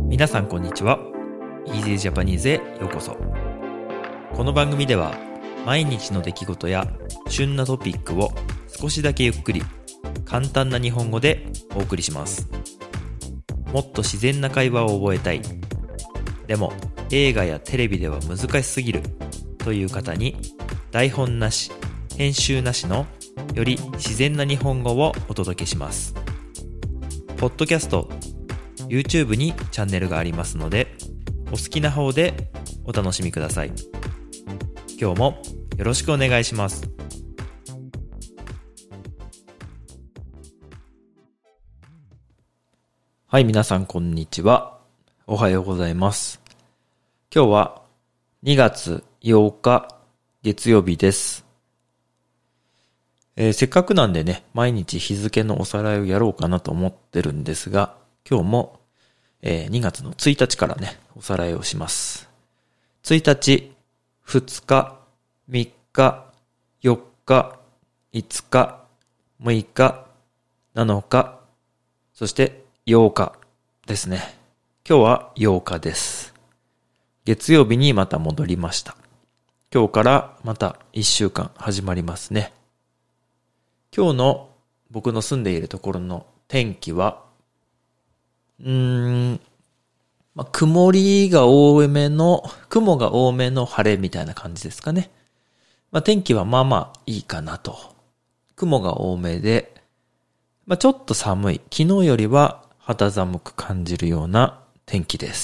皆さんこんにちは。 Easy Japanese へようこそ。この番組では毎日の出来事や旬なトピックを少しだけゆっくり簡単な日本語でお送りします。もっと自然な会話を覚えたい、でも映画やテレビでは難しすぎるという方に、台本なし編集なしのより自然な日本語をお届けします。ポッドキャスト、YouTube にチャンネルがありますので、お好きな方でお楽しみください。今日もよろしくお願いします。はい、皆さんこんにちは。おはようございます。今日は2月8日月曜日です。せっかくなんでね、毎日日付のおさらいをやろうかなと思ってるんですが、今日も2月の1日からね、おさらいをします。1日、2日、3日、4日、5日、6日、7日、そして8日ですね。今日は8日です。月曜日にまた戻りました。今日からまた1週間始まりますね。今日の僕の住んでいるところの天気は、曇が多めの晴れみたいな感じですかね。天気はまあまあいいかなと。雲が多めで、ちょっと寒い。昨日よりは肌寒く感じるような天気です。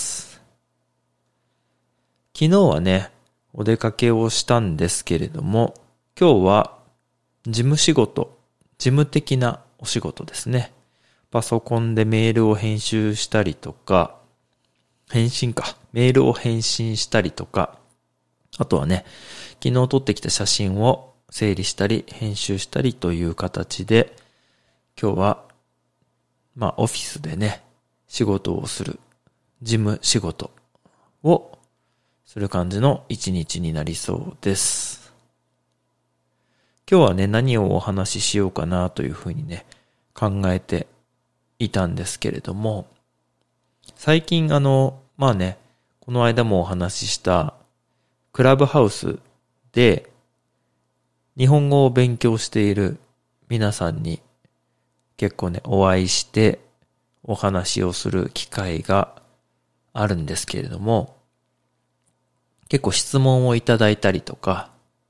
昨日はね、お出かけをしたんですけれども、今日は事務的なお仕事ですね。パソコンでメールを編集したりとか、メールを返信したりとか、あとはね、昨日撮ってきた写真を整理したり編集したりという形で、今日はオフィスでね、仕事をする、事務仕事をする感じの一日になりそうです。今日はね、何をお話ししようかなというふうにね、考えていたんですけれども、最近この間もお話ししたクラブハウスで日本語を勉強している皆さんに結構ね、お会いしてお話をする機会があるんですけれども、結構質問をいただいたりとか、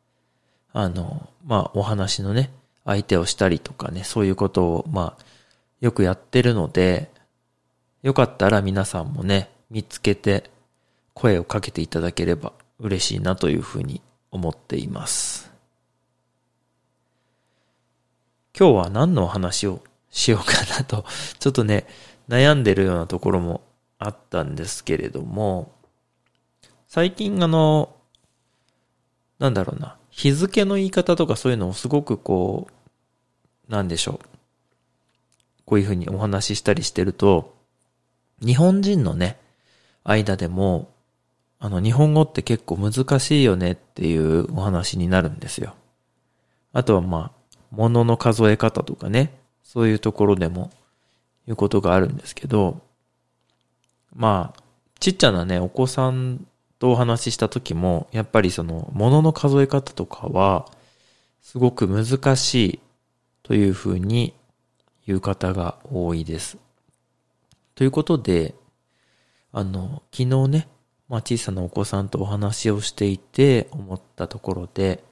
お話のね、相手をしたりとかね、そういうことをよくやってるので、よかったら皆さんもね、見つけて声をかけていただければ嬉しいなというふうに思っています。今日は何のお話をしようかなと、ちょっとね、悩んでるようなところもあったんですけれども、最近日付の言い方とかそういうのをすごくこういうふうにお話ししたりしてると、日本人のね、間でも、日本語って結構難しいよねっていうお話になるんですよ。あとは物の数え方とかね、そういうところでもいうことがあるんですけど、ちっちゃなね、お子さんとお話しした時も、やっぱり物の数え方とかは、すごく難しいというふうに言う方が多いです。ということで、昨日ね、小さなお子さんとお話をしていて思ったところで、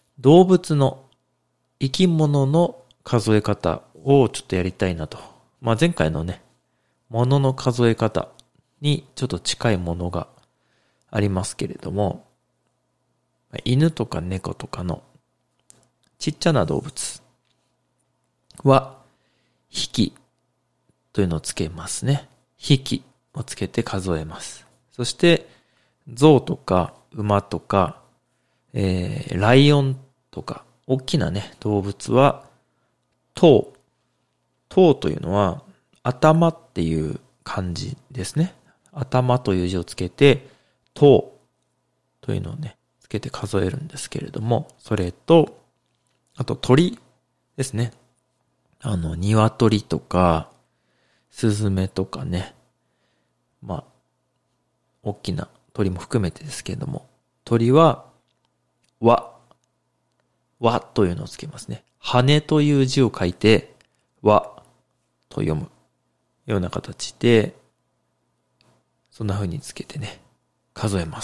生き物の数え方をちょっとやりたいなと。前回のね、物の数え方にちょっと近いものがありますけれども、犬とか猫とかのちっちゃな動物は、匹というのをつけますね。匹をつけて数えます。そして、象とか馬とか、ライオンとか、大きなね、動物は、頭。頭というのは、頭っていう漢字ですね。頭という字をつけて、頭というのをね、つけて数えるんですけれども、それと、あと鳥ですね。鶏とか、スズメとかね、 まあ、大きな鳥も含めてですけれども、鳥は、わというのをつけますね。羽という字を書いて、わと読むような形で、そんな風につけてね、数えます。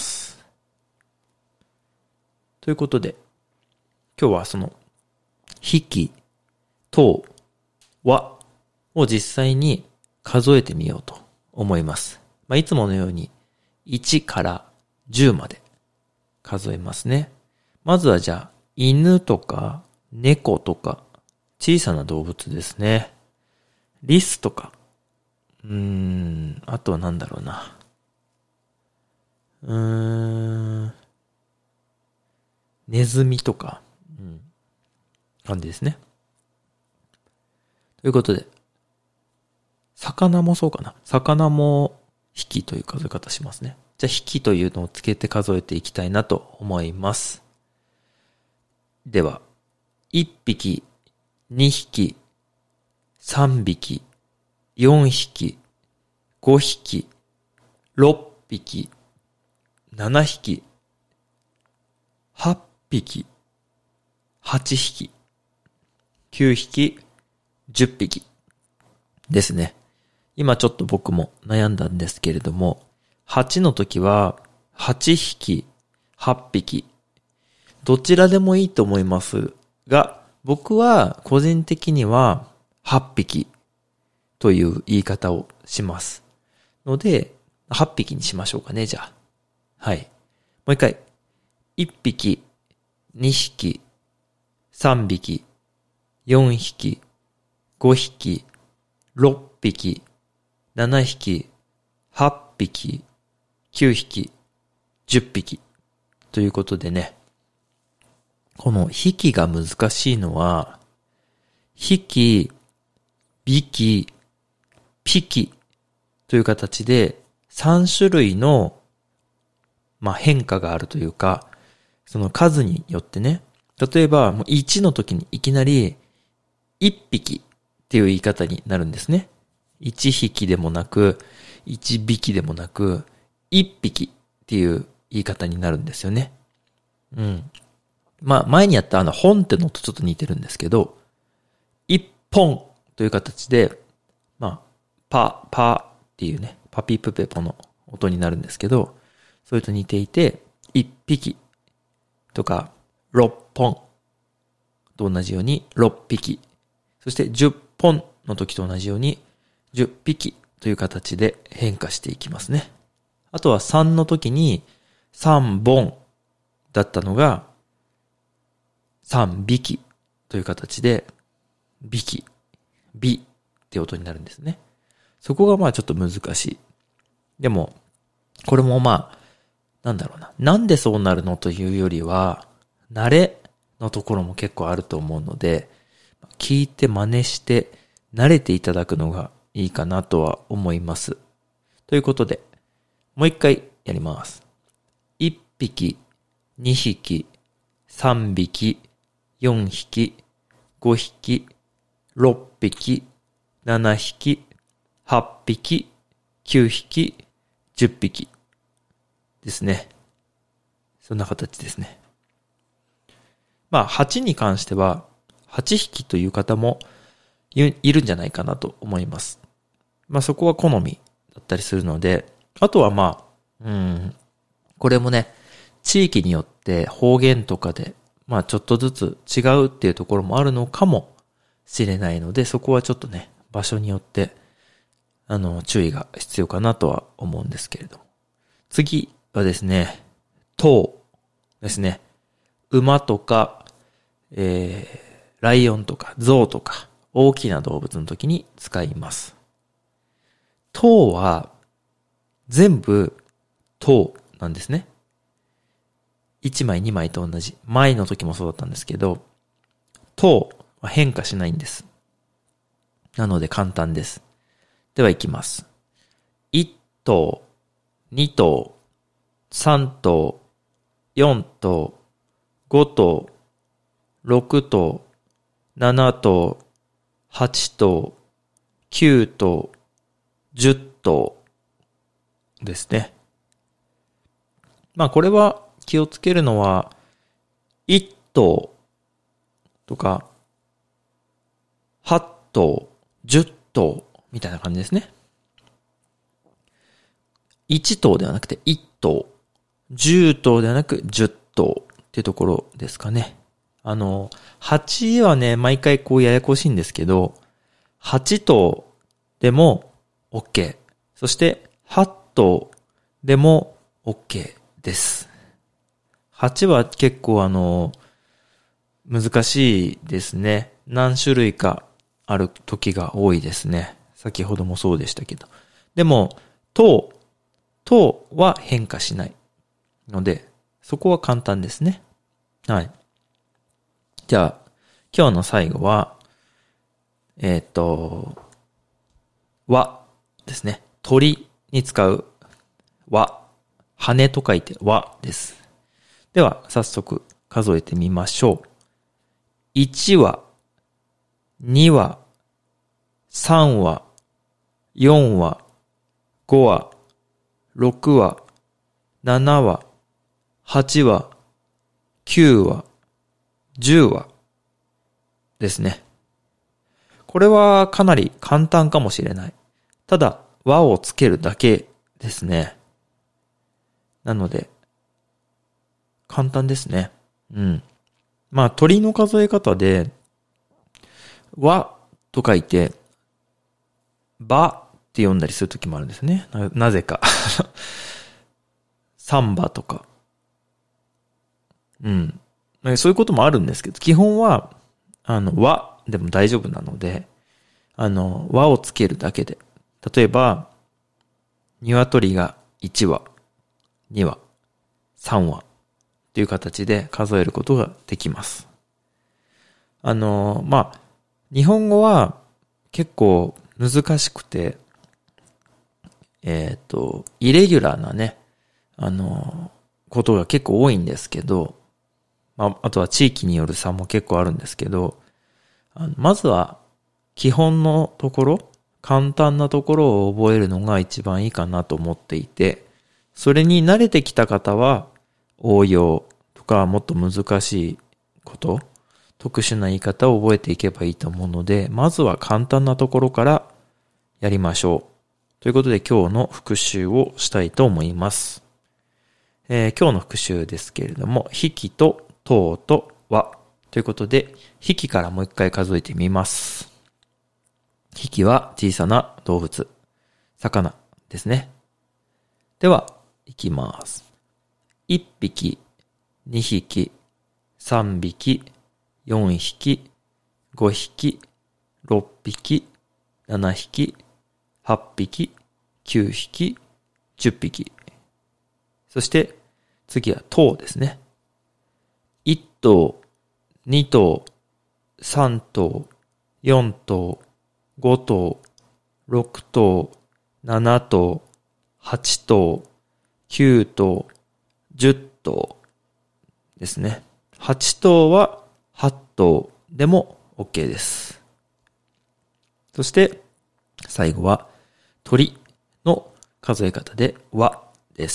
ということで、今日はその、ひき、と、わを実際に数えてみようと思います。いつものように1から10まで数えますね。まずはじゃあ、犬とか猫とか小さな動物ですね。リスとか、あとはなんだろうな。ネズミとか、感じですね。ということで、魚もそうかな。魚も匹という数え方しますね。じゃあ匹というのをつけて数えていきたいなと思います。では、1匹、2匹、3匹、4匹、5匹、6匹、7匹、8匹、8匹、9匹、10匹ですね。今ちょっと僕も悩んだんですけれども、8の時は8匹、8匹、どちらでもいいと思いますが、僕は個人的には8匹という言い方をします。ので、8匹にしましょうかね、じゃあ。はい。もう一回。1匹、2匹、3匹、4匹、5匹、6匹、7匹、8匹、9匹、10匹。ということでね。この匹が難しいのは、匹、匹、匹という形で3種類の変化があるというか、その数によってね、例えば1の時にいきなり1匹っていう言い方になるんですね。1匹でもなく、1匹でもなく、1匹っていう言い方になるんですよね。前にやった本ってのとちょっと似てるんですけど、1本という形で、パっていうね、パピプペポの音になるんですけど、それと似ていて、1匹とか6本と同じように6匹、そして10本の時と同じように10匹という形で変化していきますね。あとは3の時に3本だったのが3匹という形で匹、美って音になるんですね。そこがちょっと難しい。でも、これもなんでそうなるのというよりは、慣れのところも結構あると思うので、聞いて真似して慣れていただくのがいいかなとは思います。ということで、もう一回やります。1匹、2匹、3匹、4匹、5匹、6匹、7匹、8匹、9匹、10匹ですね。そんな形ですね。8に関しては、8匹という方もいるんじゃないかなと思います。そこは好みだったりするので、あとはこれもね、地域によって方言とかで、ちょっとずつ違うっていうところもあるのかもしれないので、そこはちょっとね、場所によって、注意が必要かなとは思うんですけれども。次はですね、頭ですね。馬とか、ライオンとか象とか大きな動物の時に使います。頭は全部頭なんですね。1枚2枚と同じ。前の時もそうだったんですけど、頭は変化しないんです。なので簡単です。では行きます。1頭、2頭、3頭、4頭、5頭、6頭、7頭、8頭、9頭、10頭、 ですね。まあこれは気をつけるのは、1頭とか、8頭、10頭みたいな感じですね。1頭ではなくて1頭、10頭ではなく10頭っていうところですかね。8はね、毎回こうややこしいんですけど、8頭でも OK。そして8頭でも OK です。8は結構難しいですね。何種類かある時が多いですね。先ほどもそうでしたけど。でも、頭は変化しないので、そこは簡単ですね。はい。じゃあ、今日の最後は、輪ですね。鳥に使う輪。羽と書いて輪です。では、早速数えてみましょう。1羽、2羽、3羽、4羽、5羽、6羽、7羽、8羽、9羽、10羽ですね。これはかなり簡単かもしれない。ただ、輪をつけるだけですね。なので、簡単ですね。うん。まあ、鳥の数え方で、輪と書いて、羽って読んだりするときもあるんですね。なぜか。サンバとか。うん。そういうこともあるんですけど、基本は、輪でも大丈夫なので、輪をつけるだけで。例えば、鶏が1羽、2羽、3羽っていう形で数えることができます。まあ、日本語は結構難しくて、イレギュラーなね、ことが結構多いんですけど、まあ、あとは地域による差も結構あるんですけど、まずは基本のところ、簡単なところを覚えるのが一番いいかなと思っていて、それに慣れてきた方は応用とかもっと難しいこと、特殊な言い方を覚えていけばいいと思うので、まずは簡単なところからやりましょう。ということで今日の復習をしたいと思います。今日の復習ですけれども、引きと頭と輪ということで、引きからもう一回数えてみます。引きは小さな動物、魚ですね。では、いきます。1匹、2匹、3匹、4匹、5匹、6匹、7匹、8匹、9匹、10匹。そして次は頭ですね。1頭、2頭、3頭、4頭、5頭、6頭、7頭、8頭、9頭、10頭ですね。8頭は8頭でも OK です。そして最後は鳥の数え方で輪です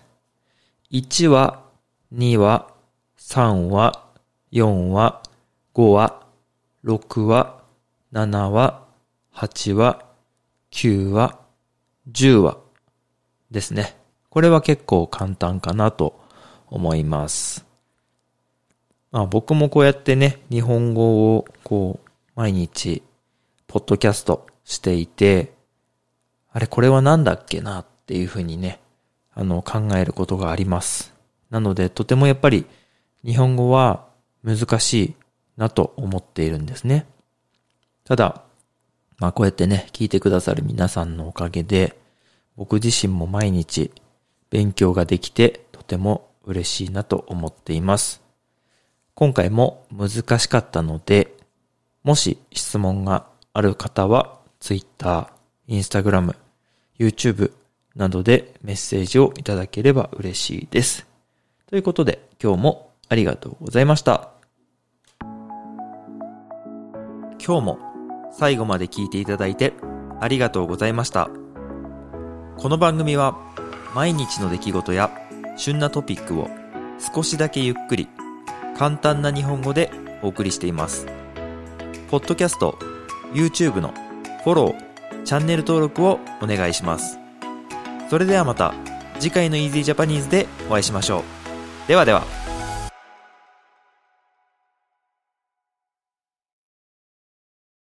。1羽、2羽、3羽、4羽、5羽、6羽、7羽、8羽、9羽、10羽ですね。これは結構簡単かなと思います。まあ僕もこうやってね、日本語をこう毎日ポッドキャストしていて、あれこれはなんだっけなっていうふうにね、考えることがあります。なのでとてもやっぱり日本語は難しいなと思っているんですね。ただ、まあこうやってね、聞いてくださる皆さんのおかげで、僕自身も毎日勉強ができてとても嬉しいなと思っています。今回も難しかったので、もし質問がある方は Twitter、Instagram、YouTube などでメッセージをいただければ嬉しいです。ということで今日もありがとうございました。今日も最後まで聞いていただいてありがとうございました。この番組は毎日の出来事や旬なトピックを少しだけゆっくり簡単な日本語でお送りしています。ポッドキャスト、YouTube のフォロー、チャンネル登録をお願いします。それではまた次回の Easy Japanese でお会いしましょう。ではでは。